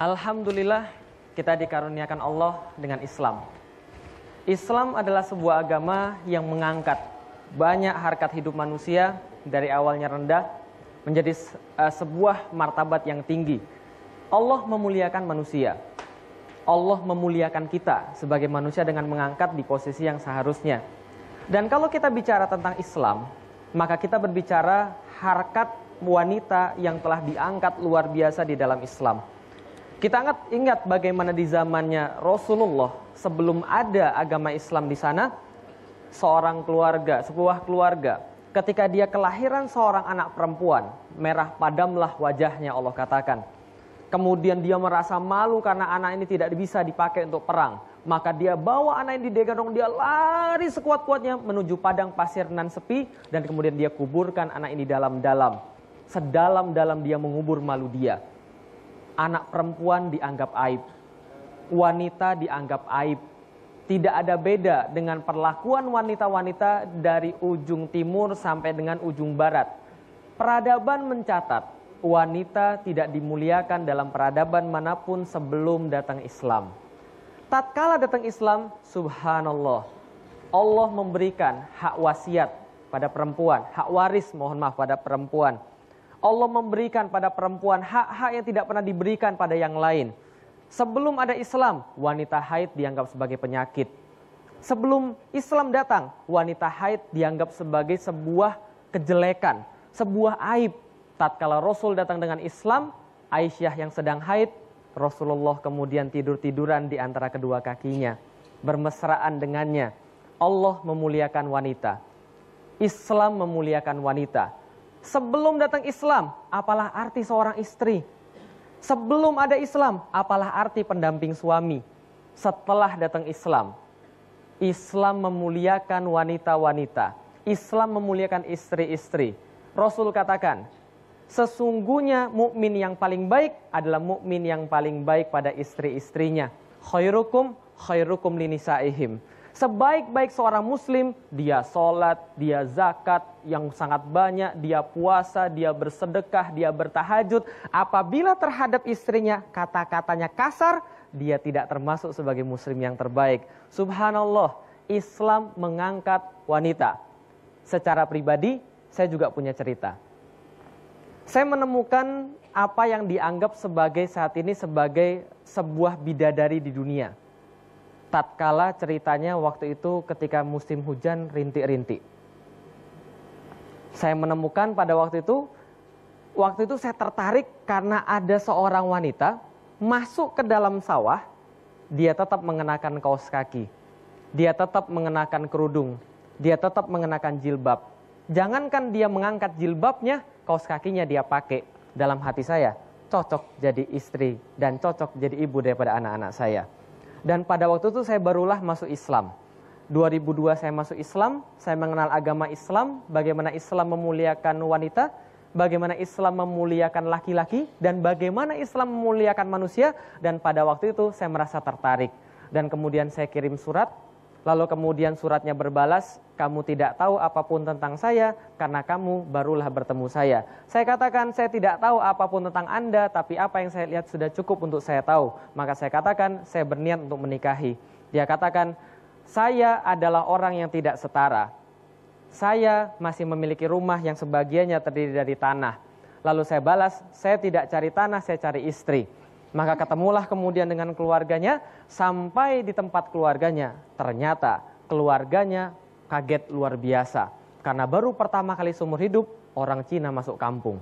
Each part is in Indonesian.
Alhamdulillah kita dikaruniakan Allah dengan Islam. Islam adalah sebuah agama yang mengangkat banyak harkat hidup manusia dari awalnya rendah menjadi sebuah martabat yang tinggi. Allah memuliakan manusia. Allah memuliakan kita sebagai manusia dengan mengangkat di posisi yang seharusnya. Dan kalau kita bicara tentang Islam, maka kita berbicara harkat wanita yang telah diangkat luar biasa di dalam Islam. Kita ingat bagaimana di zamannya Rasulullah sebelum ada agama Islam di sana, sebuah keluarga, ketika dia kelahiran seorang anak perempuan, merah padamlah wajahnya, Allah katakan. Kemudian dia merasa malu karena anak ini tidak bisa dipakai untuk perang. Maka dia bawa anak ini digendong, dia lari sekuat-kuatnya menuju padang pasir nan sepi, dan kemudian dia kuburkan anak ini dalam-dalam. Sedalam-dalam dia mengubur malu dia. Anak perempuan dianggap aib, wanita dianggap aib. Tidak ada beda dengan perlakuan wanita-wanita dari ujung timur sampai dengan ujung barat. Peradaban mencatat wanita tidak dimuliakan dalam peradaban manapun sebelum datang Islam. Tatkala datang Islam, subhanallah, Allah memberikan hak wasiat pada perempuan, hak waris pada perempuan. Allah memberikan pada perempuan hak-hak yang tidak pernah diberikan pada yang lain. Sebelum ada Islam, wanita haid dianggap sebagai penyakit. Sebelum Islam datang, wanita haid dianggap sebagai sebuah kejelekan, sebuah aib. Tatkala Rasul datang dengan Islam, Aisyah yang sedang haid, Rasulullah kemudian tidur-tiduran di antara kedua kakinya, bermesraan dengannya. Allah memuliakan wanita. Islam memuliakan wanita. Sebelum datang Islam, apalah arti seorang istri? Sebelum ada Islam, apalah arti pendamping suami? Setelah datang Islam, Islam memuliakan wanita-wanita. Islam memuliakan istri-istri. Rasul katakan, sesungguhnya mukmin yang paling baik adalah mukmin yang paling baik pada istri-istrinya. Khairukum linisaihim. Sebaik-baik seorang muslim, dia sholat, dia zakat yang sangat banyak, dia puasa, dia bersedekah, dia bertahajud. Apabila terhadap istrinya kata-katanya kasar, dia tidak termasuk sebagai muslim yang terbaik. Subhanallah, Islam mengangkat wanita. Secara pribadi, saya juga punya cerita. Saya menemukan apa yang dianggap sebagai saat ini sebagai sebuah bidadari di dunia. Tatkala ceritanya waktu itu ketika musim hujan rintik-rintik. Saya menemukan pada waktu itu saya tertarik karena ada seorang wanita masuk ke dalam sawah, dia tetap mengenakan kaos kaki, dia tetap mengenakan kerudung, dia tetap mengenakan jilbab. Jangankan dia mengangkat jilbabnya, kaos kakinya dia pakai. Dalam hati saya, cocok jadi istri dan cocok jadi ibu daripada anak-anak saya. Dan pada waktu itu saya barulah masuk Islam. 2002 saya masuk Islam, saya mengenal agama Islam, bagaimana Islam memuliakan wanita, bagaimana Islam memuliakan laki-laki, dan bagaimana Islam memuliakan manusia. Dan pada waktu itu saya merasa tertarik. Dan kemudian saya kirim surat, lalu kemudian suratnya berbalas, kamu tidak tahu apapun tentang saya karena kamu barulah bertemu saya. Saya katakan saya tidak tahu apapun tentang Anda, tapi apa yang saya lihat sudah cukup untuk saya tahu. Maka saya katakan saya berniat untuk menikahi. Dia katakan saya adalah orang yang tidak setara. Saya masih memiliki rumah yang sebagiannya terdiri dari tanah. Lalu saya balas, saya tidak cari tanah, saya cari istri. Maka ketemulah kemudian dengan keluarganya, sampai di tempat keluarganya, ternyata keluarganya kaget luar biasa. Karena baru pertama kali seumur hidup, orang Cina masuk kampung.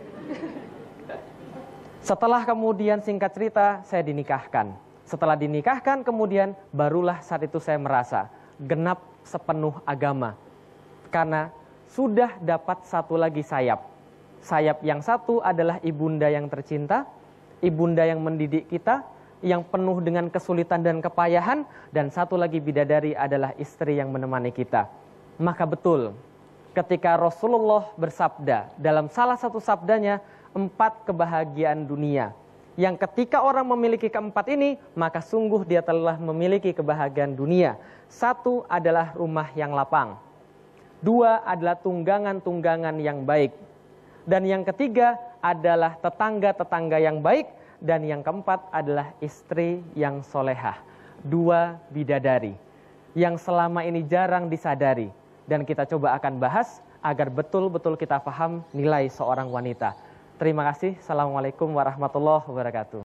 Setelah kemudian singkat cerita, saya dinikahkan. Setelah dinikahkan kemudian, barulah saat itu saya merasa genap sepenuh agama. Karena sudah dapat satu lagi sayap. Sayap yang satu adalah ibunda yang tercinta, ibunda yang mendidik kita, yang penuh dengan kesulitan dan kepayahan, dan satu lagi bidadari adalah istri yang menemani kita. Maka betul, ketika Rasulullah bersabda, dalam salah satu sabdanya, 4 kebahagiaan dunia. Yang ketika orang memiliki keempat ini, maka sungguh dia telah memiliki kebahagiaan dunia. 1 adalah rumah yang lapang. 2 adalah tunggangan-tunggangan yang baik. Dan yang ketiga adalah tetangga-tetangga yang baik. Dan yang keempat adalah istri yang solehah. 2 bidadari yang selama ini jarang disadari. Dan kita coba akan bahas agar betul-betul kita paham nilai seorang wanita. Terima kasih. Assalamualaikum warahmatullahi wabarakatuh.